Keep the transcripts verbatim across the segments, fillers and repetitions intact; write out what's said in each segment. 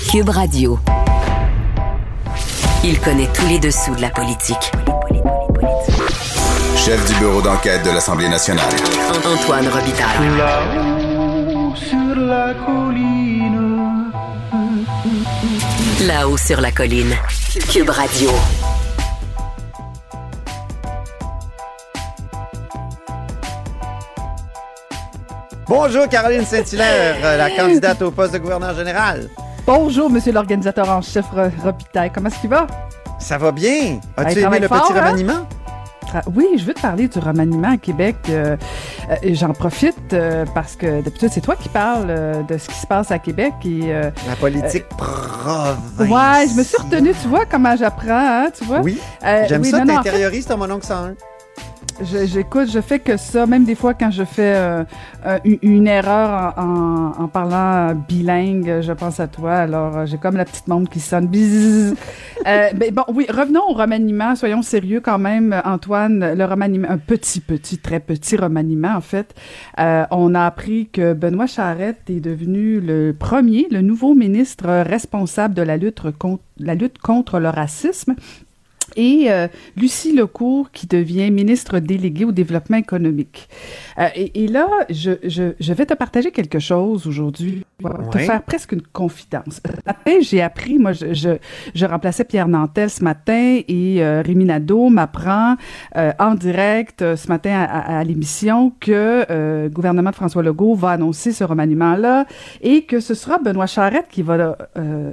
Cube Radio. Il connaît tous les dessous de la politique. Chef du bureau d'enquête de l'Assemblée nationale. Antoine Robitaille. Là-haut sur la colline. Là-haut sur la colline. Cube Radio. Bonjour Caroline Saint-Hilaire, la candidate au poste de gouverneur général. Bonjour monsieur l'organisateur en chef Robitaille, comment est-ce qu'il va? Ça va bien. As-tu hey, aimé le fort, petit hein? remaniement? Oui, je veux te parler du remaniement à Québec. Euh, euh, j'en profite euh, parce que d'habitude, c'est toi qui parles euh, de ce qui se passe à Québec. Et, euh, la politique euh, province. Ouais, je me suis retenue, tu vois comment j'apprends, hein, tu vois? Oui, euh, j'aime oui, ça, non, t'intériorises ton mon oncle cent un. Je, j'écoute, je fais que ça, même des fois quand je fais euh, euh, une, une erreur en, en, en parlant bilingue, je pense à toi. Alors, euh, j'ai comme la petite montre qui sonne. Bzzz. euh, ben, bon, oui, revenons au remaniement. Soyons sérieux quand même, Antoine. Le remaniement, un petit, petit, très petit remaniement, en fait. Euh, on a appris que Benoît Charette est devenu le premier, le nouveau ministre responsable de la lutte contre, la lutte contre le racisme. Et euh, Lucie Lecourt qui devient ministre déléguée au développement économique. Euh, et, et là, je, je, je vais te partager quelque chose aujourd'hui, ouais. te faire presque une confidence. Après, j'ai appris, moi, je, je, je remplaçais Pierre Nantel ce matin et euh, Rémi Nadeau m'apprend euh, en direct euh, ce matin à, à, à l'émission que euh, le gouvernement de François Legault va annoncer ce remaniement-là et que ce sera Benoît Charette qui va... Euh,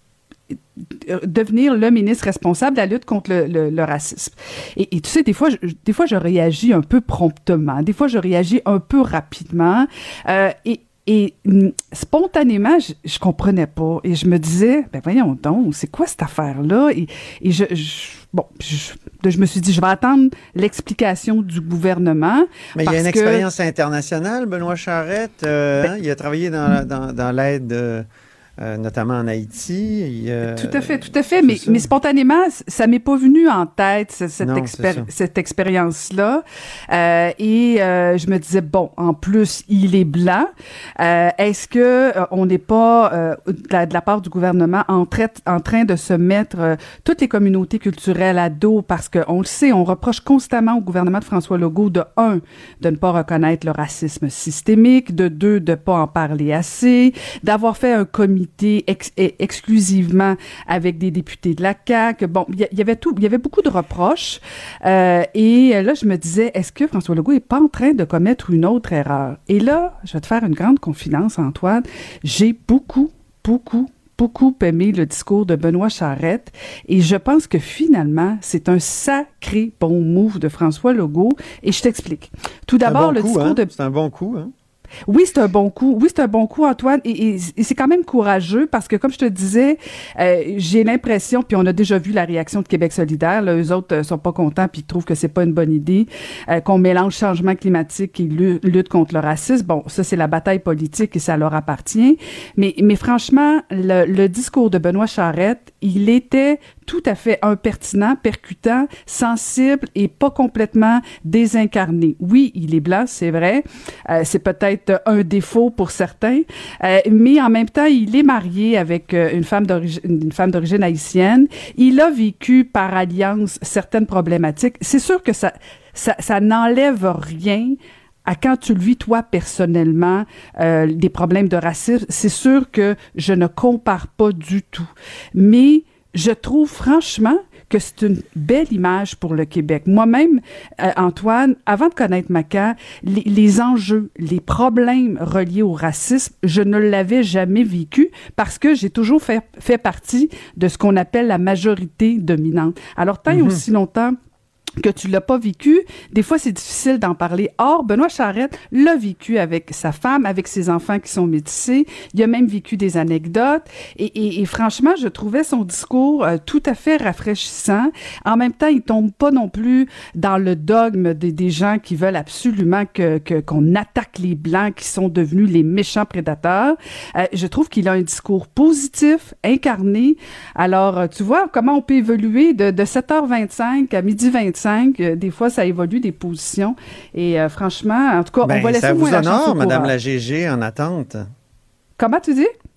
devenir le ministre responsable de la lutte contre le, le, le racisme. Et, et tu sais, des fois, je, des fois, je réagis un peu promptement. Des fois, je réagis un peu rapidement. Euh, et Et spontanément, je, je comprenais pas. Et je me disais, ben voyons donc, c'est quoi cette affaire-là? Et, et je, je, bon, je, je me suis dit, je vais attendre l'explication du gouvernement. Mais il y a une que... expérience internationale, Benoît Charette. Euh, ben, hein, il a travaillé dans, dans, dans l'aide... Euh, Euh, notamment en Haïti. Il, euh, tout à fait, tout à fait. Mais, mais spontanément, ça m'est pas venu en tête, cette, non, expéri- cette expérience-là. Euh, et euh, je me disais, bon, en plus, il est blanc. Euh, est-ce que euh, on n'est pas, euh, de, la, de la part du gouvernement, en, traite, en train de se mettre euh, toutes les communautés culturelles à dos? Parce qu'on le sait, on reproche constamment au gouvernement de François Legault, de un, de ne pas reconnaître le racisme systémique, de deux, de ne pas en parler assez, d'avoir fait un comité Ex- exclusivement avec des députés de la C A Q. Bon, il y, y avait tout, il y avait beaucoup de reproches. Euh, et là, je me disais, est-ce que François Legault est pas en train de commettre une autre erreur? Et là, je vais te faire une grande confidence, Antoine. J'ai beaucoup, beaucoup, beaucoup aimé le discours de Benoît Charette et je pense que finalement, c'est un sacré bon move de François Legault. Et je t'explique. Tout d'abord, bon le coup, discours hein? de... C'est un bon coup, hein? Oui, c'est un bon coup. Oui, c'est un bon coup, Antoine. Et, et, et c'est quand même courageux parce que, comme je te disais, euh, j'ai l'impression, puis on a déjà vu la réaction de Québec solidaire, là, eux autres euh, sont pas contents puis ils trouvent que c'est pas une bonne idée, euh, qu'on mélange changement climatique et lutte, lutte contre le racisme. Bon, ça, c'est la bataille politique et ça leur appartient. Mais, mais franchement, le, le discours de Benoît Charette, il était tout à fait impertinent, percutant, sensible et pas complètement désincarné. Oui, il est blanc, c'est vrai. Euh, c'est peut-être un défaut pour certains, euh, mais en même temps, il est marié avec euh, une femme d'origine, une femme d'origine haïtienne. Il a vécu par alliance certaines problématiques. C'est sûr que ça, ça, ça n'enlève rien à quand tu le vis, toi, personnellement, euh, des problèmes de racisme. C'est sûr que je ne compare pas du tout. Mais je trouve franchement que c'est une belle image pour le Québec. Moi-même, euh, Antoine, avant de connaître Maca, les, les enjeux, les problèmes reliés au racisme, je ne l'avais jamais vécu parce que j'ai toujours fait, fait partie de ce qu'on appelle la majorité dominante. Alors, tant et mm-hmm. aussi longtemps que tu l'as pas vécu, des fois, c'est difficile d'en parler. Or, Benoît Charette l'a vécu avec sa femme, avec ses enfants qui sont métissés. Il a même vécu des anecdotes. Et, et, et franchement, je trouvais son discours euh, tout à fait rafraîchissant. En même temps, il tombe pas non plus dans le dogme des, des gens qui veulent absolument que, que, qu'on attaque les Blancs qui sont devenus les méchants prédateurs. Euh, je trouve qu'il a un discours positif, incarné. Alors, tu vois comment on peut évoluer de, de sept heures vingt-cinq à midi vingt-cinq. Euh, des fois, ça évolue des positions. Et euh, franchement, en tout cas, ben, on va laisser ça au moins vous la chance honore, au Madame courage. la G G, en attente. Comment tu dis?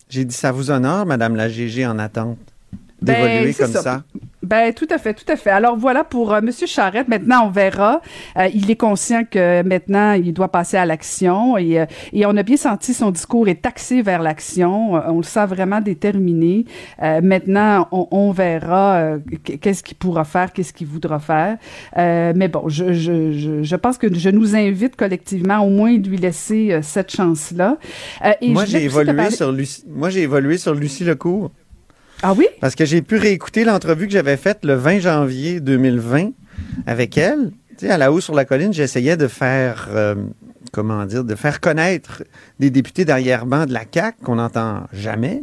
J'ai dit, ça vous honore, Madame la G G en attente, d'évoluer ben, comme ça. ça. Ben tout à fait, tout à fait. Alors voilà pour euh, Monsieur Charette. Maintenant, on verra. Euh, il est conscient que maintenant, il doit passer à l'action et, euh, et on a bien senti son discours est axé vers l'action. Euh, on le sent vraiment déterminé. Euh, maintenant, on, on verra euh, qu'est-ce qu'il pourra faire, qu'est-ce qu'il voudra faire. Euh, mais bon, je, je, je, je pense que je nous invite collectivement au moins de lui laisser euh, cette chance-là. Euh, et Moi, je j'ai évolué parler... sur Lucie. Moi, j'ai évolué sur Lucie Lecourt. Ah oui? Parce que j'ai pu réécouter l'entrevue que j'avais faite le vingt janvier deux mille vingt avec elle. Tu sais, à La Haut sur la colline, j'essayais de faire, euh, comment dire, de faire connaître des députés d'arrière-ban de la C A Q qu'on n'entend jamais.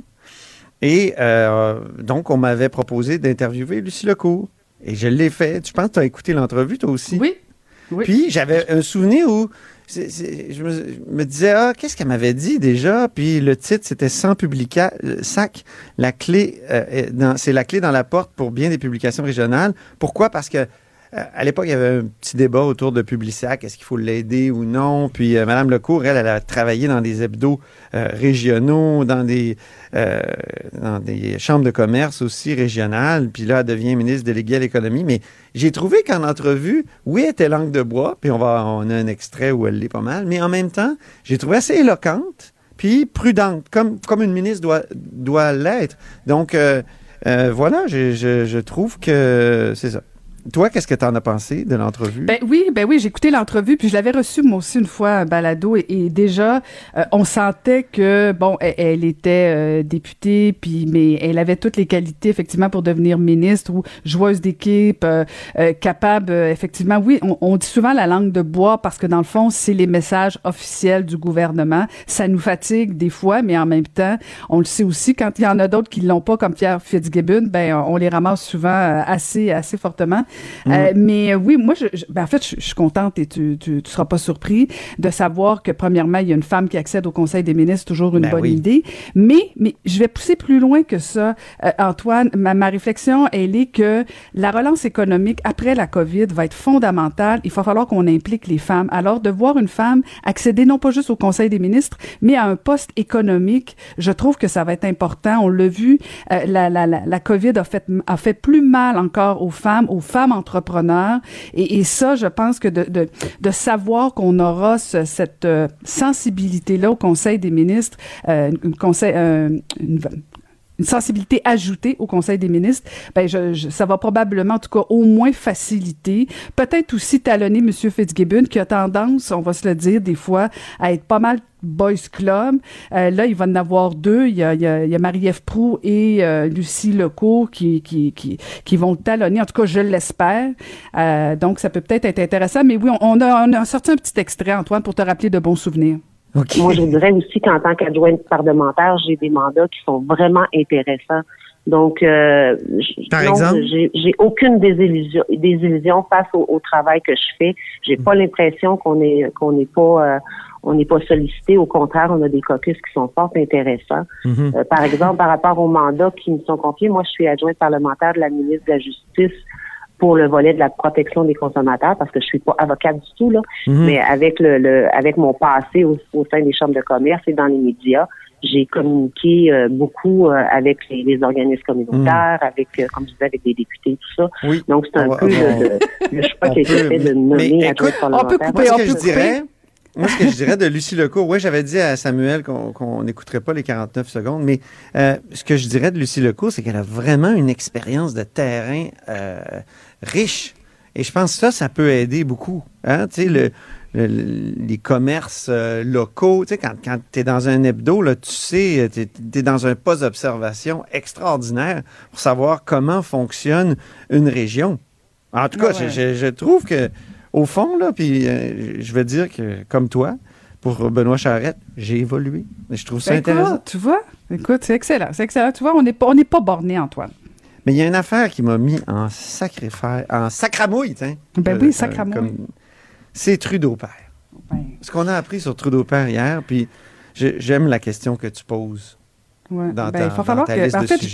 Et euh, donc, on m'avait proposé d'interviewer Lucie Lecourt. Et je l'ai fait. Je pense que tu as écouté l'entrevue, toi aussi. Oui. Oui. Puis, j'avais un souvenir où c'est, c'est, je, me, je me disais, ah, qu'est-ce qu'elle m'avait dit déjà? Puis le titre, c'était Sans publica sac, la clé, euh, dans, c'est la clé dans la porte pour bien des publications régionales. Pourquoi? Parce que euh, à l'époque, il y avait un petit débat autour de Publisac. Est-ce qu'il faut l'aider ou non? Puis euh, Mme Lecourt, elle, elle a travaillé dans des hebdos euh, régionaux, dans des, euh, dans des chambres de commerce aussi régionales. Puis là, elle devient ministre déléguée à l'économie. Mais j'ai trouvé qu'en entrevue, oui, elle était langue de bois, puis on, va, on a un extrait où elle l'est pas mal, mais en même temps, j'ai trouvé assez éloquente, puis prudente, comme, comme une ministre doit, doit l'être. Donc, euh, euh, voilà, je, je, je trouve que c'est ça. Toi, qu'est-ce que tu en as pensé de l'entrevue? Ben oui, ben oui, j'ai écouté l'entrevue, puis je l'avais reçue moi aussi une fois à balado, et, et déjà, euh, on sentait que, bon, elle, elle était euh, députée, puis mais elle avait toutes les qualités, effectivement, pour devenir ministre ou joueuse d'équipe, euh, euh, capable, euh, effectivement, oui, on, on dit souvent la langue de bois parce que, dans le fond, c'est les messages officiels du gouvernement. Ça nous fatigue des fois, mais en même temps, on le sait aussi, quand il y en a d'autres qui l'ont pas, comme Pierre Fitzgibbon, ben on les ramasse souvent euh, assez, assez fortement. Mmh. Euh, mais euh, oui, moi, je, je, ben, en fait, je, je suis contente et tu, tu, tu seras pas surpris de savoir que, premièrement, il y a une femme qui accède au Conseil des ministres, toujours une ben bonne oui. idée. Mais, mais je vais pousser plus loin que ça, euh, Antoine. Ma, ma réflexion, elle est que la relance économique après la COVID va être fondamentale. Il va falloir qu'on implique les femmes. Alors, de voir une femme accéder non pas juste au Conseil des ministres, mais à un poste économique, je trouve que ça va être important. On l'a vu, euh, la, la, la, la COVID a fait, a fait plus mal encore aux femmes, aux femmes entrepreneurs. Et, et ça, je pense que de, de, de savoir qu'on aura ce, cette euh, sensibilité-là au Conseil des ministres, euh, une, conseil, euh, une, une sensibilité ajoutée au Conseil des ministres, ben je, je, ça va probablement, en tout cas, au moins faciliter, peut-être aussi talonner M. Fitzgibbon, qui a tendance, on va se le dire, des fois, à être pas mal Boys Club. Euh, là, il va en avoir deux. Il y a, il y a, il y a Marie-Ève Proulx et euh, Lucie Lecourt qui, qui, qui, qui vont talonner. En tout cas, je l'espère. Euh, donc, ça peut peut-être être intéressant. Mais oui, on a, on a sorti un petit extrait, Antoine, pour te rappeler de bons souvenirs. Okay. Moi, je vous dirais aussi qu'en tant qu'adjointe parlementaire, j'ai des mandats qui sont vraiment intéressants. Donc, euh, Par non, exemple? j'ai, j'ai aucune désillusion, désillusion face au, au travail que je fais. J'ai mmh. pas l'impression qu'on est qu'on n'est pas euh, on n'est pas sollicité. Au contraire, on a des caucus qui sont fort intéressants. Mmh. Euh, par exemple, par rapport aux mandats qui me sont confiés, moi, je suis adjointe parlementaire de la ministre de la Justice pour le volet de la protection des consommateurs, parce que je suis pas avocate du tout, là, mmh. mais avec le, le avec mon passé au, au sein des chambres de commerce et dans les médias, j'ai communiqué euh, beaucoup euh, avec les, les organismes communautaires, mmh. avec, euh, comme je disais, avec des députés, tout ça. Oui. Donc, c'est un on peu va, le, le, le choix qui a été fait de nommer adjointe parlementaire. On peut couper, moi, on ce que peut je couper. Dirais, moi, ce que je dirais de Lucie Lecourt, oui, j'avais dit à Samuel qu'on qu'on n'écouterait pas les quarante-neuf secondes, mais euh, ce que je dirais de Lucie Lecourt, c'est qu'elle a vraiment une expérience de terrain euh, riche. Et je pense que ça, ça peut aider beaucoup. Hein? Tu sais, le... Le, les commerces euh, locaux, tu sais, quand, quand tu es dans un hebdo, là, tu sais, tu es dans un poste d'observation extraordinaire pour savoir comment fonctionne une région. En tout cas, ouais. je, je, je trouve que, au fond, là, puis euh, je veux dire que, comme toi, pour Benoît Charette, j'ai évolué. Je trouve ça ben intéressant. Écoute, tu vois, écoute, c'est excellent, c'est excellent. Tu vois, on n'est pas, on n'est pas borné, Antoine. Mais il y a une affaire qui m'a mis en sacrifice, en sacramouille, tiens. Ben euh, oui, sacramouille. Comme, c'est Trudeau père. Ben. Ce qu'on a appris sur Trudeau père hier, puis j'aime la question que tu poses ouais. dans ben, ta, il va falloir dans ta que, liste en de fait, sujets.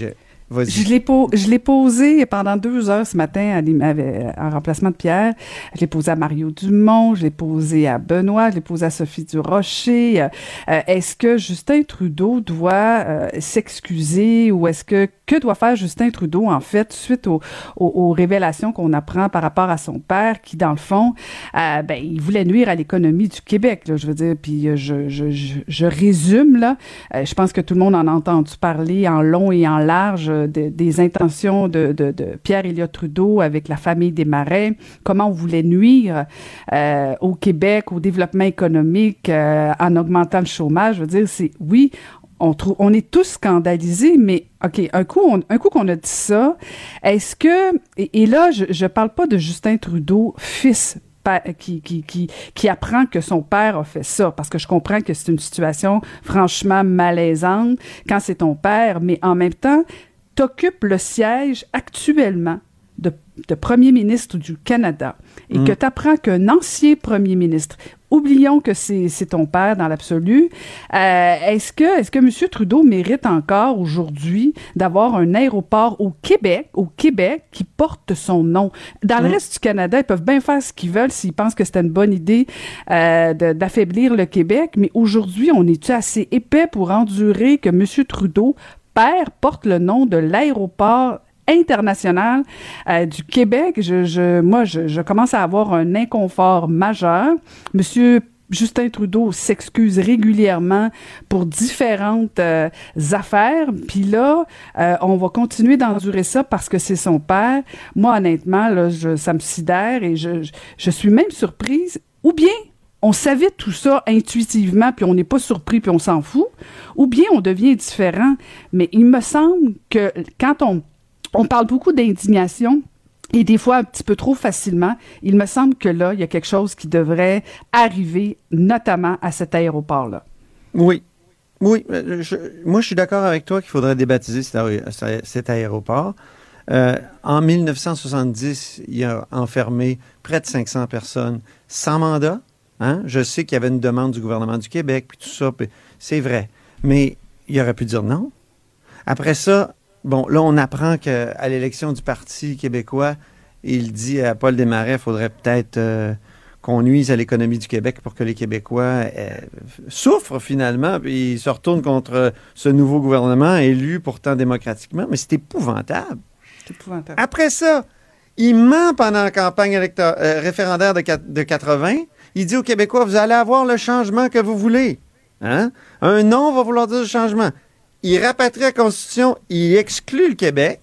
Vas-y. Je l'ai, po- je l'ai posé pendant deux heures ce matin à à, en remplacement de Pierre. Je l'ai posé à Mario Dumont, je l'ai posé à Benoît, je l'ai posé à Sophie Durocher. Euh, est-ce que Justin Trudeau doit euh, s'excuser ou est-ce que que doit faire Justin Trudeau en fait suite aux, aux, aux révélations qu'on apprend par rapport à son père qui dans le fond euh, ben il voulait nuire à l'économie du Québec là, je veux dire puis je je je, je résume là, euh, je pense que tout le monde en a entendu parler en long et en large de, des intentions de, de, de Pierre Elliott Trudeau avec la famille Desmarais, comment on voulait nuire euh, au Québec, au développement économique euh, en augmentant le chômage. Je veux dire, c'est oui, on trouve, on est tous scandalisés, mais OK, un coup, on, un coup qu'on a dit ça, est-ce que, et, et là, je, je parle pas de Justin Trudeau, fils, Qui, qui, qui, qui apprend que son père a fait ça, parce que je comprends que c'est une situation franchement malaisante quand c'est ton père, mais en même temps, t'occupes le siège actuellement de, de premier ministre du Canada et mmh. que t'apprends qu'un ancien premier ministre, oublions que c'est, c'est ton père dans l'absolu, euh, est-ce que, est-ce que M. Trudeau mérite encore aujourd'hui d'avoir un aéroport au Québec, au Québec, qui porte son nom? Dans mmh. le reste du Canada, ils peuvent bien faire ce qu'ils veulent s'ils pensent que c'était une bonne idée euh, de, d'affaiblir le Québec, mais aujourd'hui, on est-tu assez épais pour endurer que M. Trudeau, père, porte le nom de l'aéroport international euh, du Québec? Je, je, moi, je, je commence à avoir un inconfort majeur. Monsieur Justin Trudeau s'excuse régulièrement pour différentes euh, affaires. Puis là, euh, on va continuer d'endurer ça parce que c'est son père. Moi, honnêtement, là, je, ça me sidère et je, je, je suis même surprise. Ou bien, on savait tout ça intuitivement, puis on n'est pas surpris, puis on s'en fout. Ou bien, on devient différent. Mais il me semble que quand on On parle beaucoup d'indignation et des fois un petit peu trop facilement. Il me semble que là, il y a quelque chose qui devrait arriver, notamment à cet aéroport-là. Oui. Oui. Je, moi, je suis d'accord avec toi qu'il faudrait débaptiser cet, aé- cet aéroport. Euh, en dix-neuf cent soixante-dix, il a enfermé près de cinq cents personnes sans mandat. Hein? Je sais qu'il y avait une demande du gouvernement du Québec, puis tout ça, puis c'est vrai. Mais il aurait pu dire non. Après ça, bon, là, on apprend qu'à l'élection du Parti québécois, il dit à Paul Desmarais qu'il faudrait peut-être euh, qu'on nuise à l'économie du Québec pour que les Québécois euh, souffrent finalement, puis ils se retournent contre ce nouveau gouvernement élu pourtant démocratiquement. Mais c'est épouvantable. C'est épouvantable. Après ça, il ment pendant la campagne élector- euh, référendaire de, de quatre-vingts. Il dit aux Québécois, vous allez avoir le changement que vous voulez. Hein? Un non va vouloir dire le changement. Il rapatrie la Constitution, il exclut le Québec.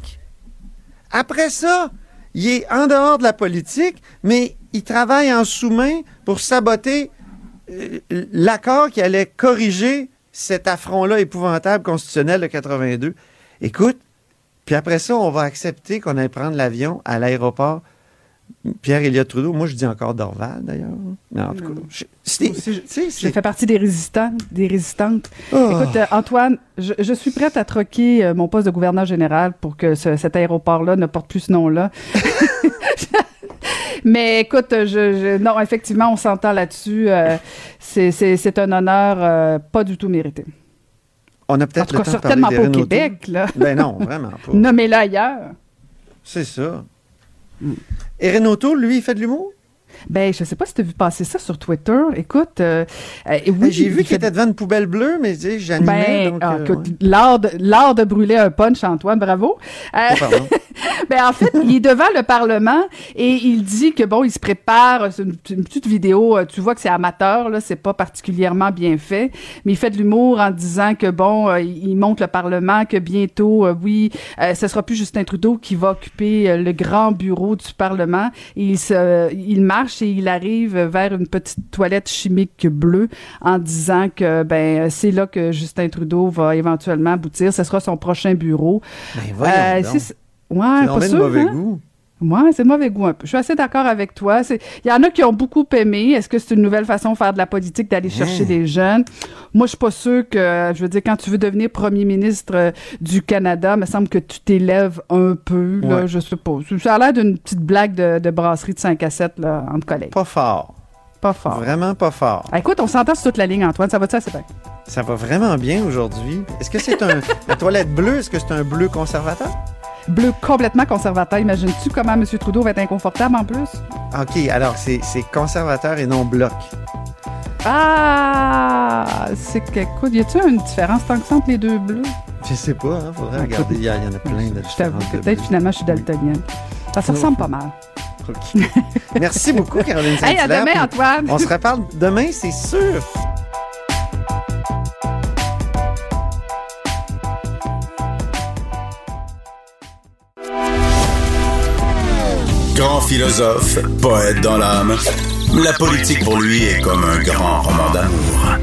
Après ça, il est en dehors de la politique, mais il travaille en sous-main pour saboter euh, l'accord qui allait corriger cet affront-là épouvantable constitutionnel de quatre-vingt-deux. Écoute, puis après ça, on va accepter qu'on aille prendre l'avion à l'aéroport Pierre Elliott Trudeau. Moi, je dis encore Dorval, d'ailleurs. Mais en tout cas, je, c'est, aussi, c'est, je fais partie des résistants, des résistantes. Oh. Écoute, euh, Antoine, je, je suis prête à troquer euh, mon poste de gouverneur général pour que ce, cet aéroport-là ne porte plus ce nom-là. Mais écoute, je, je, non, effectivement, on s'entend là-dessus. Euh, c'est, c'est, c'est un honneur euh, pas du tout mérité. On a peut-être en tout cas, certainement pas au Québec, là. Ben non, vraiment pas. Nommez-le ailleurs. C'est ça. Mm. Et Renaud, lui, il fait de l'humour? Ben, je sais pas si tu as vu passer ça sur Twitter. Écoute, euh, euh, oui, ben, j'ai vu qu'il fait... était devant une poubelle bleue, mais j'animais. Ben, donc, ah, euh, écoute, ouais. l'art, de, l'art de brûler un punch, Antoine, bravo. Euh, oh, pardon. ben, en fait, il est devant le Parlement et il dit que bon, il se prépare. C'est une, une petite vidéo. Tu vois que c'est amateur, là, c'est pas particulièrement bien fait, mais il fait de l'humour en disant que bon, euh, il montre le Parlement, que bientôt, euh, oui, euh, ce sera plus Justin Trudeau qui va occuper euh, le grand bureau du Parlement. Et il se, il marche et il arrive vers une petite toilette chimique bleue en disant que ben c'est là que Justin Trudeau va éventuellement aboutir. Ce sera son prochain bureau. Ben voyons euh, donc. C'est, ouais, c'est pas sûr, de mauvais hein? goût. Ouais, c'est de mauvais goût un peu. Je suis assez d'accord avec toi. Il y en a qui ont beaucoup aimé. Est-ce que c'est une nouvelle façon de faire de la politique, d'aller chercher mmh. les jeunes? Moi, je suis pas sûre que, je veux dire, quand tu veux devenir premier ministre euh, du Canada, il me semble que tu t'élèves un peu, là, ouais. je sais pas. Ça a l'air d'une petite blague de, de brasserie de cinq à sept, là, entre collègues. Pas fort. Pas fort. Vraiment pas fort. Ah, écoute, on s'entend sur toute la ligne, Antoine. Ça va-tu assez bien? Ça va vraiment bien aujourd'hui. Est-ce que c'est un... La toilette bleue, est-ce que c'est un bleu conservateur? Bleu complètement conservateur. Imagines-tu comment M. Trudeau va être inconfortable en plus? OK, alors c'est, c'est conservateur et non bloc. Ah! C'est que, écoute, y a-t-il une différence tant que ça entre les deux bleus? Je sais pas, hein, faudrait regarder. Il y, a, il y en a plein de Je t'avoue différences. que peut-être finalement je suis daltonienne. Ça se ressemble pas mal. OK. Merci beaucoup, Caroline Saint-Hilaire. Hey, à demain, Antoine! On se reparle demain, c'est sûr. Grand philosophe, poète dans l'âme, la politique pour lui est comme un grand roman d'amour.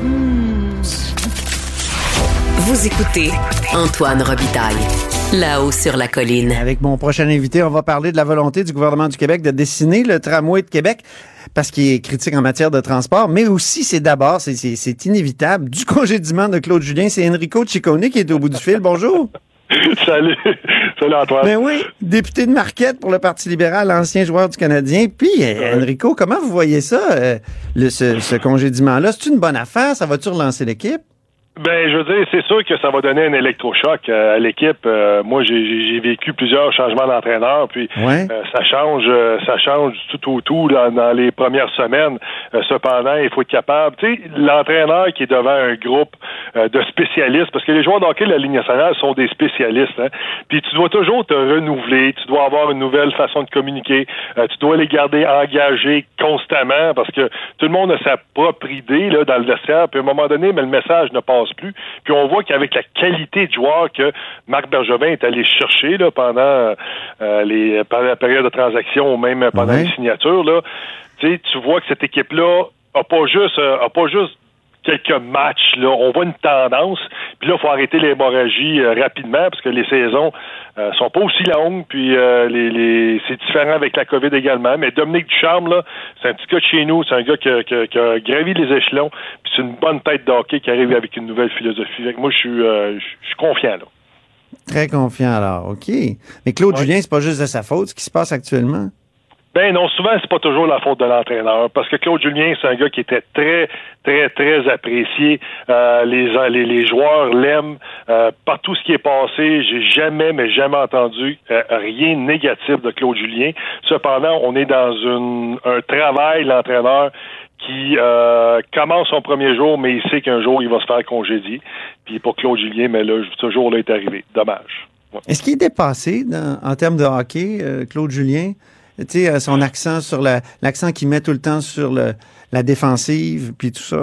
Vous écoutez Antoine Robitaille, là-haut sur la colline. Avec mon prochain invité, on va parler de la volonté du gouvernement du Québec de dessiner le tramway de Québec parce qu'il est critique en matière de transport, mais aussi, c'est d'abord, c'est, c'est, c'est inévitable, du congédiement de Claude Julien. C'est Enrico Ciccone qui est au bout du fil. Bonjour. Salut. Salut Antoine. Ben oui, député de Marquette pour le Parti libéral, ancien joueur du Canadien. Puis, euh, Enrico, comment vous voyez ça, euh, le, ce, ce congédiement-là? C'est une bonne affaire? Ça va-tu relancer l'équipe? Ben, je veux dire, c'est sûr que ça va donner un électrochoc euh, à l'équipe. Euh, moi, j'ai, j'ai vécu plusieurs changements d'entraîneur, puis ouais. euh, ça change, euh, ça change du tout au tout dans, dans les premières semaines. Euh, cependant, il faut être capable. Tu sais, l'entraîneur qui est devant un groupe euh, de spécialistes, parce que les joueurs de hockey de la Ligue nationale sont des spécialistes. Hein, puis tu dois toujours te renouveler, tu dois avoir une nouvelle façon de communiquer, euh, tu dois les garder engagés constamment, parce que tout le monde a sa propre idée là dans le vestiaire. Puis à un moment donné, mais le message ne passe plus. Puis on voit qu'avec la qualité de joueur que Marc Bergevin est allé chercher là, pendant, euh, les, pendant la période de transaction ou même pendant ouais. les signatures, là, tu vois que cette équipe-là a pas juste a pas juste quelques matchs, là, on voit une tendance, puis là, il faut arrêter l'hémorragie euh, rapidement, parce que les saisons euh, sont pas aussi longues, puis euh, les, les c'est différent avec la COVID également, mais Dominique Ducharme, là, c'est un petit gars de chez nous, c'est un gars qui a, qui a, qui a gravi les échelons, puis c'est une bonne tête de hockey qui arrive avec une nouvelle philosophie. Fait que moi, je suis euh, je suis confiant, là. Très confiant, alors, OK. Mais Claude ouais. Julien, c'est pas juste de sa faute, ce qui se passe actuellement? Ben non, souvent, c'est pas toujours la faute de l'entraîneur, parce que Claude Julien, c'est un gars qui était très, très, très apprécié. Euh, les, les, les joueurs l'aiment. Euh, par tout ce qui est passé, j'ai jamais, mais jamais entendu euh, rien de négatif de Claude Julien. Cependant, on est dans une, un travail, l'entraîneur, qui euh, commence son premier jour, mais il sait qu'un jour, il va se faire congédier. Puis pour Claude Julien, mais là, ce jour-là est arrivé. Dommage. Ouais. Est-ce qu'il est dépassé dans, en termes de hockey, euh, Claude Julien? Tu sais, son accent sur la, l'accent qu'il met tout le temps sur le, la défensive, puis tout ça.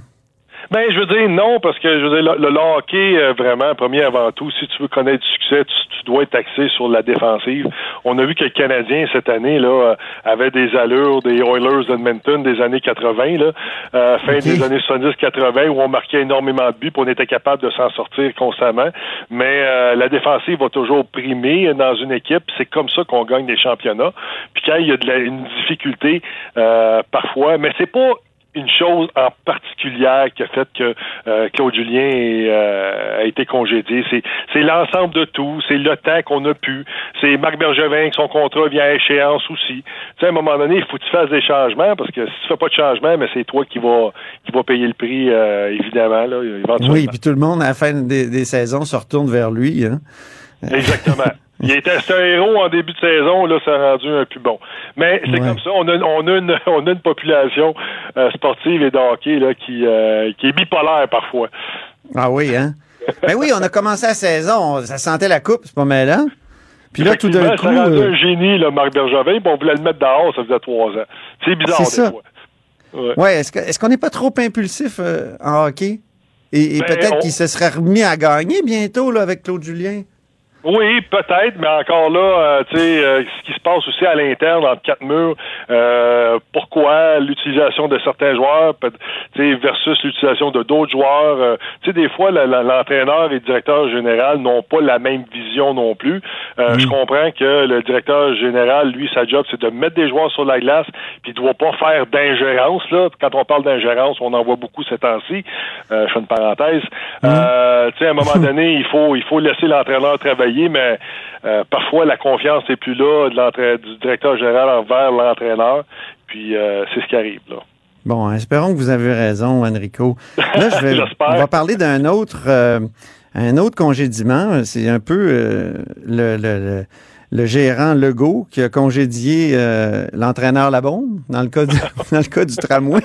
Ben, je veux dire non, parce que je veux dire, le, le hockey, euh, vraiment, premier avant tout, si tu veux connaître du succès, tu, tu dois être axé sur la défensive. On a vu que le Canadien, cette année, là, euh, avait des allures des Oilers d'Edmonton des années quatre-vingts, là, euh, fin okay. des années soixante-dix quatre-vingts, où on marquait énormément de buts, puis on était capable de s'en sortir constamment. Mais euh, la défensive va toujours primer dans une équipe. C'est comme ça qu'on gagne des championnats. Puis quand il y a de la, une difficulté, euh, parfois, mais c'est pas une chose en particulière qui a fait que euh, Claude Julien est, euh, a été congédié. C'est, c'est l'ensemble de tout. C'est le temps qu'on a pu. C'est Marc Bergevin, que son contrat vient à échéance aussi. Tu sais, à un moment donné, il faut que tu fasses des changements, parce que si tu fais pas de changement, mais c'est toi qui va qui va payer le prix, euh, évidemment, là, éventuellement. Oui, puis tout le monde, à la fin des, des saisons, se retourne vers lui. Hein? Exactement. Il était un héros en début de saison, là, ça a rendu un plus bon. Mais c'est ouais. comme ça, on a, on a une, on a une population euh, sportive et de hockey là, qui, euh, qui est bipolaire parfois. Ah oui, hein? Ben oui, on a commencé la saison, ça sentait la coupe, c'est pas mal, hein? Puis là, tout d'un coup... ça a rendu euh... un génie, là, Marc Bergevin, puis on voulait le mettre dehors, ça faisait trois ans. C'est bizarre, c'est des ça. fois. Ouais, ouais est-ce, que, est-ce qu'on n'est pas trop impulsif euh, en hockey? Et, et ben, peut-être on... qu'il se serait remis à gagner bientôt, là, avec Claude Julien? Oui, peut-être, mais encore là, euh, tu sais, euh, ce qui se passe aussi à l'interne, entre quatre murs, euh, pourquoi l'utilisation de certains joueurs, tu sais, versus l'utilisation de d'autres joueurs. Euh, tu sais, des fois, la, la, l'entraîneur et le directeur général n'ont pas la même vision non plus. Euh, mmh. Je comprends que le directeur général, lui, sa job, c'est de mettre des joueurs sur la glace, puis il ne doit pas faire d'ingérence, là. Quand on parle d'ingérence, on en voit beaucoup ces temps-ci. Euh, je fais une parenthèse. Mmh. Euh, tu sais, à un moment donné, il faut, il faut laisser l'entraîneur travailler, mais euh, parfois la confiance n'est plus là de du directeur général envers l'entraîneur, puis euh, c'est ce qui arrive là. Bon, espérons que vous avez raison, Enrico. Là, je vais, J'espère. on va parler d'un autre, euh, un autre congédiement. C'est un peu euh, le, le, le, le gérant Legault qui a congédié euh, l'entraîneur Labombe dans le cas du, dans le cas du tramway.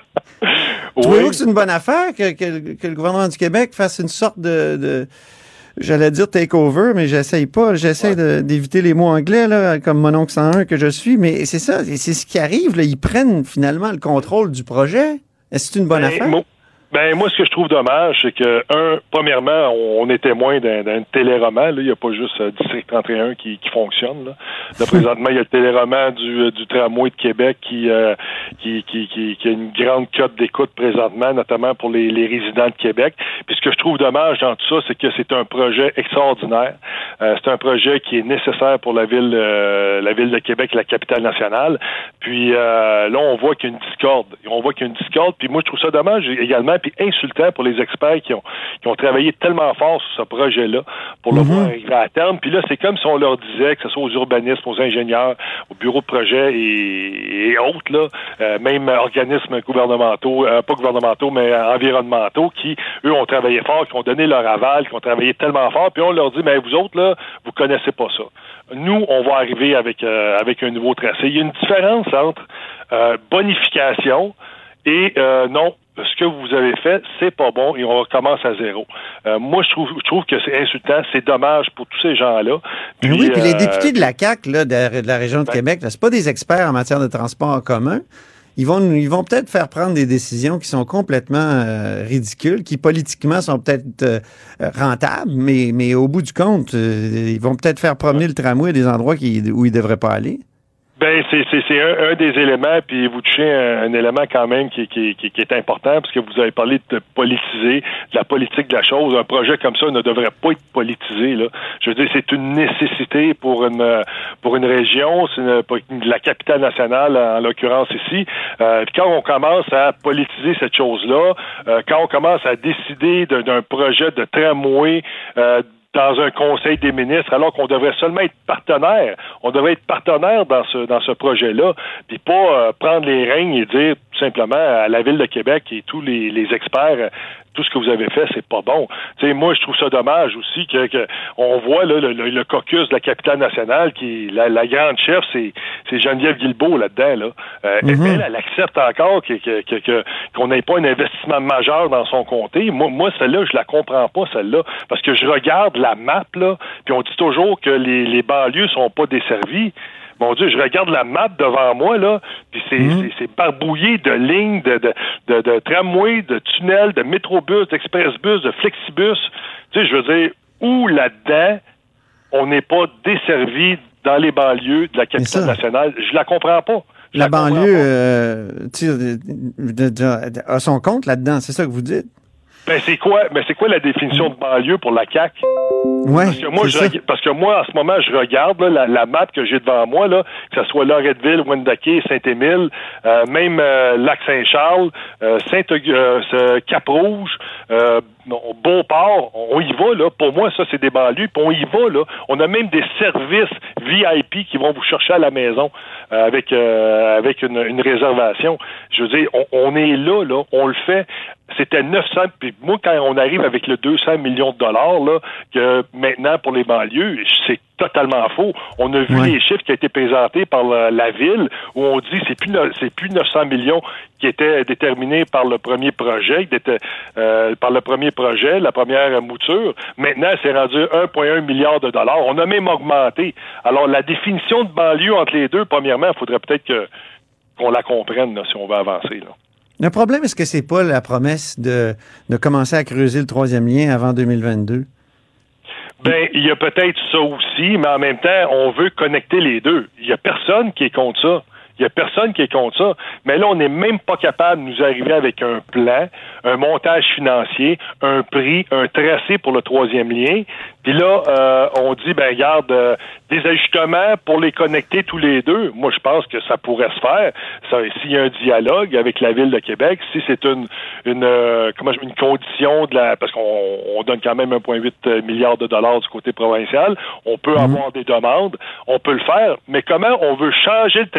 Oui. Trouvez-vous que c'est une bonne affaire que, que, que le gouvernement du Québec fasse une sorte de, de j'allais dire take-over, mais j'essaye pas. J'essaie ouais. de, d'éviter les mots anglais, là, comme mon oncle cent un que je suis. Mais c'est ça, c'est ce qui arrive. Là. Ils prennent finalement le contrôle du projet. Est-ce que c'est une bonne ben, affaire? Moi, ben, moi, ce que je trouve dommage, c'est que, un, premièrement, on, on est témoin d'un, d'un téléroman. Là. Il n'y a pas juste euh, District trente et un qui, qui fonctionne. Là. Là, présentement, il y a le téléroman du, du tramway de Québec qui, euh, qui, qui, qui, qui a une grande cote d'écoute présentement, notamment pour les, les résidents de Québec. Puis ce que je trouve dommage dans tout ça, c'est que c'est un projet extraordinaire. Euh, c'est un projet qui est nécessaire pour la ville, euh, la ville de Québec, la capitale nationale. Puis euh, là, on voit qu'il y a une discorde. On voit qu'il y a une discorde. Puis moi, je trouve ça dommage également, puis insultant pour les experts qui ont, qui ont travaillé tellement fort sur ce projet-là pour le mm-hmm. voir arriver à terme. Puis là, c'est comme si on leur disait, que ce soit aux urbanistes, aux ingénieurs, aux bureaux de projet et, et autres, là, euh, même organismes gouvernementaux, euh, pas gouvernementaux, mais environnementaux, qui, eux, ont travaillé fort, qui ont donné leur aval, qui ont travaillé tellement fort, puis on leur dit, mais vous autres, là, vous connaissez pas ça. Nous, on va arriver avec, euh, avec un nouveau tracé. Il y a une différence entre euh, bonification et euh, non, ce que vous avez fait, c'est pas bon et on recommence à zéro. Euh, moi, je trouve, je trouve que c'est insultant, c'est dommage pour tous ces gens-là. Puis, oui, puis euh, les députés de la C A Q, là, de, de la région de ben, Québec, là, c'est pas des experts en matière de transport en commun. Ils vont, ils vont peut-être faire prendre des décisions qui sont complètement euh, ridicules, qui politiquement sont peut-être euh, rentables, mais, mais au bout du compte, euh, ils vont peut-être faire promener le tramway à des endroits qui, où ils devraient pas aller. Ben c'est c'est c'est un, un des éléments, puis vous touchez un, un élément quand même qui qui qui, qui est important, parce que vous avez parlé de politiser, de la politique de la chose. Un projet comme ça ne devrait pas être politisé là. Je veux dire, c'est une nécessité pour une pour une région, c'est une, pour la capitale nationale en l'occurrence ici. Euh, puis quand on commence à politiser cette chose-là, euh, quand on commence à décider de, d'un projet de tramway euh, dans un conseil des ministres, alors qu'on devrait seulement être partenaire. On devrait être partenaire dans ce dans ce projet-là, puis pas euh, prendre les règnes et dire tout simplement à la Ville de Québec et tous les, les experts, euh, tout ce que vous avez fait, c'est pas bon. Tu sais, moi, je trouve ça dommage aussi que, que on voit là, le, le, le caucus de la capitale nationale, qui la, la grande chef, c'est, c'est Geneviève Guilbeault là-dedans. Là. Euh, mm-hmm. Elle, elle accepte encore que, que, que, que, qu'on n'ait pas un investissement majeur dans son comté. Moi, moi, celle-là, je la comprends pas, celle-là, parce que je regarde la map, là, puis on dit toujours que les, les banlieues sont pas desservies. Mon Dieu, je regarde la map devant moi, là, puis c'est, mmh. c'est, c'est barbouillé de lignes, de, de, de, de tramway, de tunnels, de métrobus, d'expressbus, de flexibus. Tu sais, je veux dire, où là-dedans, on n'est pas desservi dans les banlieues de la capitale nationale? Je la comprends pas. Je la, la banlieue euh, tu sais, de, de, de, a son compte là-dedans, c'est ça que vous dites? Ben c'est quoi, ben c'est quoi la définition de banlieue pour la C A Q? Ouais, parce que moi, je, ça. parce que moi, en ce moment, je regarde là, la, la map que j'ai devant moi, là, que ce soit Loretteville, Wendake, Saint-Émile, euh, même euh, Lac-Saint-Charles, euh, Saint euh, Cap-Rouge, euh, Beauport, on y va, là. Pour moi, ça, c'est des banlieues, puis on y va, là. On a même des services V I P qui vont vous chercher à la maison euh, avec euh, avec une, une réservation. Je veux dire, on, on est là, là, on le fait. C'était neuf cents, puis moi, quand on arrive avec le deux cents millions de dollars, là, que maintenant, pour les banlieues, c'est totalement faux. On a vu ouais. les chiffres qui ont été présentés par la, la ville, où on dit c'est plus c'est plus neuf cents millions qui étaient déterminés par le premier projet, qui était, euh, par le premier projet, la première mouture. Maintenant, c'est rendu un virgule un milliard de dollars. On a même augmenté. Alors, la définition de banlieue entre les deux, premièrement, il faudrait peut-être que qu'on la comprenne, là, si on veut avancer, là. Le problème, est-ce que c'est pas la promesse de, de commencer à creuser le troisième lien avant deux mille vingt-deux? Ben, il y a peut-être ça aussi, mais en même temps, on veut connecter les deux. Il y a personne qui est contre ça. Il y a personne qui est contre ça. Mais là, on n'est même pas capable de nous arriver avec un plan, un montage financier, un prix, un tracé pour le troisième lien. Puis là, euh, on dit, ben regarde, euh, des ajustements pour les connecter tous les deux. Moi, je pense que ça pourrait se faire. Ça, s'il y a un dialogue avec la Ville de Québec, si c'est une une euh, comment une condition de la, parce qu'on on donne quand même un virgule huit milliard de dollars du côté provincial, on peut mmh. avoir des demandes, on peut le faire. Mais comment on veut changer le tracé au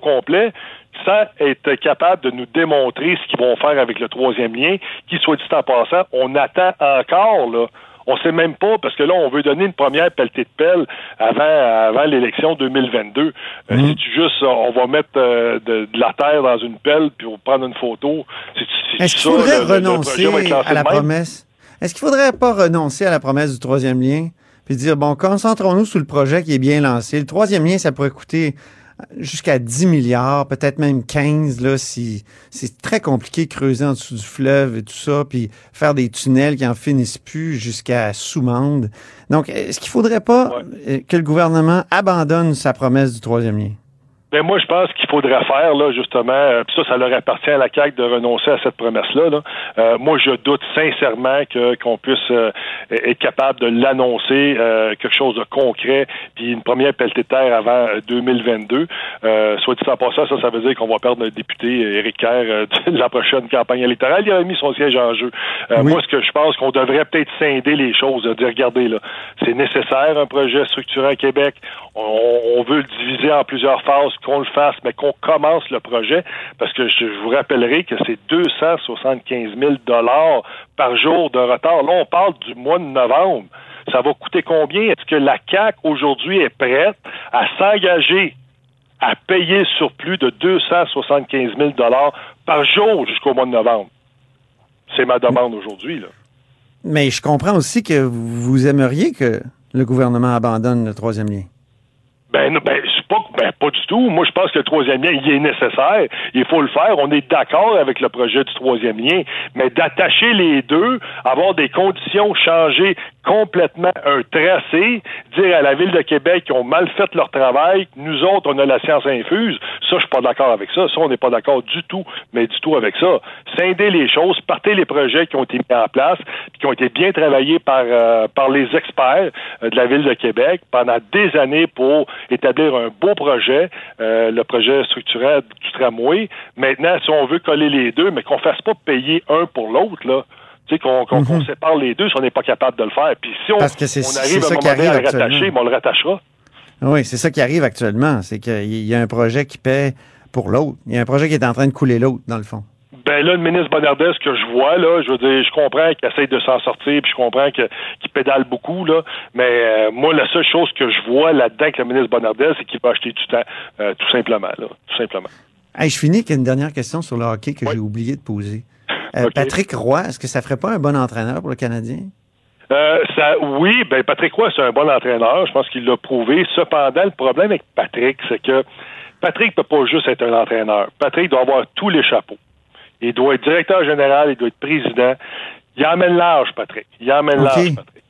complet sans être capable de nous démontrer ce qu'ils vont faire avec le troisième lien, qui, soit dit en passant, on attend encore, là. On sait même pas, parce que là, on veut donner une première pelletée de pelle avant, avant l'élection deux mille vingt-deux. Euh, mmh. C'est juste, on va mettre euh, de, de la terre dans une pelle, puis on va prendre une photo. C'est, c'est Est-ce qu'il faudrait le, renoncer le à la promesse? Est-ce qu'il faudrait pas renoncer à la promesse du troisième lien? Puis dire, bon, concentrons-nous sur le projet qui est bien lancé. Le troisième lien, ça pourrait coûter jusqu'à dix milliards, peut-être même quinze, là, si c'est très compliqué de creuser en dessous du fleuve et tout ça, puis faire des tunnels qui en finissent plus jusqu'à Soumande. Donc, est-ce qu'il faudrait pas ouais. que le gouvernement abandonne sa promesse du troisième lien? Ben moi, je pense qu'il faudrait faire, là, justement, euh, puis ça, ça leur appartient à la C A Q de renoncer à cette promesse-là. Là. Euh, moi, je doute sincèrement que qu'on puisse euh, être capable de l'annoncer, euh, quelque chose de concret, puis une première pelletée de terre avant deux mille vingt-deux. Euh, soit dit en passant, ça, ça veut dire qu'on va perdre notre député Éric Kerr euh, de la prochaine campagne électorale. Il a mis son siège en jeu. Euh, oui. Moi, ce que je pense qu'on devrait peut-être scinder les choses, de dire, regardez, là, c'est nécessaire un projet structurant à Québec. On, on veut le diviser en plusieurs phases, qu'on le fasse, mais qu'on commence le projet, parce que je, je vous rappellerai que c'est deux cent soixante-quinze mille dollars par jour de retard. Là, on parle du mois de novembre. Ça va coûter combien? Est-ce que la C A Q, aujourd'hui, est prête à s'engager à payer le surplus de deux cent soixante-quinze mille dollars par jour jusqu'au mois de novembre? C'est ma demande aujourd'hui, là. Mais je comprends aussi que vous aimeriez que le gouvernement abandonne le troisième lien. Ben, ben, c'est pas, ben, pas du tout. Moi, je pense que le troisième lien, il est nécessaire. Il faut le faire. On est d'accord avec le projet du troisième lien. Mais d'attacher les deux, avoir des conditions, changer complètement un tracé, dire à la Ville de Québec qu'ils ont mal fait leur travail, nous autres, on a la science infuse, ça, je suis pas d'accord avec ça. Ça, on n'est pas d'accord du tout, mais du tout avec ça. Scinder les choses, partez les projets qui ont été mis en place, qui ont été bien travaillés par, euh, par les experts euh, de la Ville de Québec pendant des années pour établir un beau projet, euh, le projet structurel du tramway. Maintenant, si on veut coller les deux, mais qu'on fasse pas payer un pour l'autre, là, tu sais, qu'on, qu'on, mm-hmm. qu'on sépare les deux si on n'est pas capable de le faire. Puis si on, Parce que c'est, on arrive c'est à un moment donné à le rattacher, ben on le rattachera. Oui, c'est ça qui arrive actuellement. C'est qu'il y a un projet qui paie pour l'autre. Il y a un projet qui est en train de couler l'autre, dans le fond. Ben là, le ministre Bonardel, ce que je vois, là, je veux dire, je comprends qu'il essaie de s'en sortir, puis je comprends que, qu'il pédale beaucoup, là, mais euh, moi, la seule chose que je vois là-dedans avec le ministre Bonardel, c'est qu'il va acheter du temps, euh, tout simplement, là, tout simplement. Hey, je finis avec une dernière question sur le hockey que oui. j'ai oublié de poser. Euh, okay. Patrick Roy, est-ce que ça ferait pas un bon entraîneur pour le Canadien? Euh, ça, oui, ben Patrick Roy, c'est un bon entraîneur. Je pense qu'il l'a prouvé. Cependant, le problème avec Patrick, c'est que Patrick ne peut pas juste être un entraîneur. Patrick doit avoir tous les chapeaux. Il doit être directeur général, il doit être président. Il emmène large, Patrick. Il emmène okay. large, Patrick.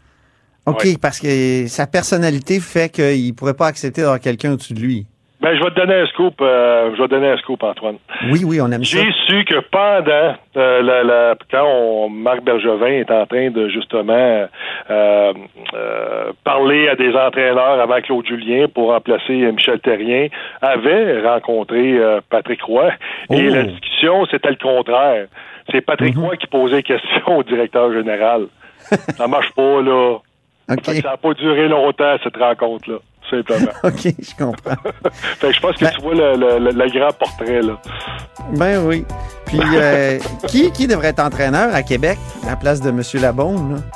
OK, ouais. Parce que sa personnalité fait qu'il ne pourrait pas accepter d'avoir quelqu'un au-dessus de lui. Ben, je vais te donner un scoop, euh, je vais te donner un scoop, Antoine. Oui, oui, on aime J'ai ça. J'ai su que pendant, euh, la, la, quand on, Marc Bergevin est en train de, justement, euh, euh, parler à des entraîneurs avant Claude Julien pour remplacer Michel Therrien, avait rencontré euh, Patrick Roy. Oh. Et la discussion, c'était le contraire. C'est Patrick mm-hmm. Roy qui posait des questions au directeur général. Ça marche pas, là. Okay. Ça n'a pas duré longtemps, cette rencontre-là. Simplement. OK, je comprends. Fait que je pense que ben, tu vois le, le, le, le grand portrait, là. Ben oui. Puis, euh, qui, qui devrait être entraîneur à Québec à la place de M. Labaume, là?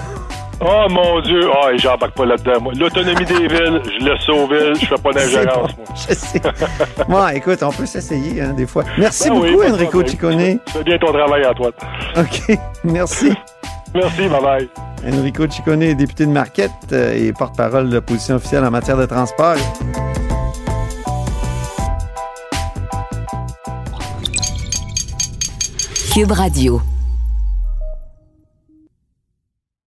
Oh, mon Dieu! Oh, j'embarque pas là-dedans, moi. L'autonomie des villes, je laisse aux villes, je fais pas d'ingérence, bon, moi. Je sais. Bon, écoute, on peut s'essayer, hein, des fois. Merci ben beaucoup, oui, Enrico ben, Ciccone. Tu fais bien ton travail, Antoine. OK, merci. Merci, bye-bye. Enrico Ciccone est député de Marquette euh, et porte-parole de l'opposition officielle en matière de transport. Cube Radio.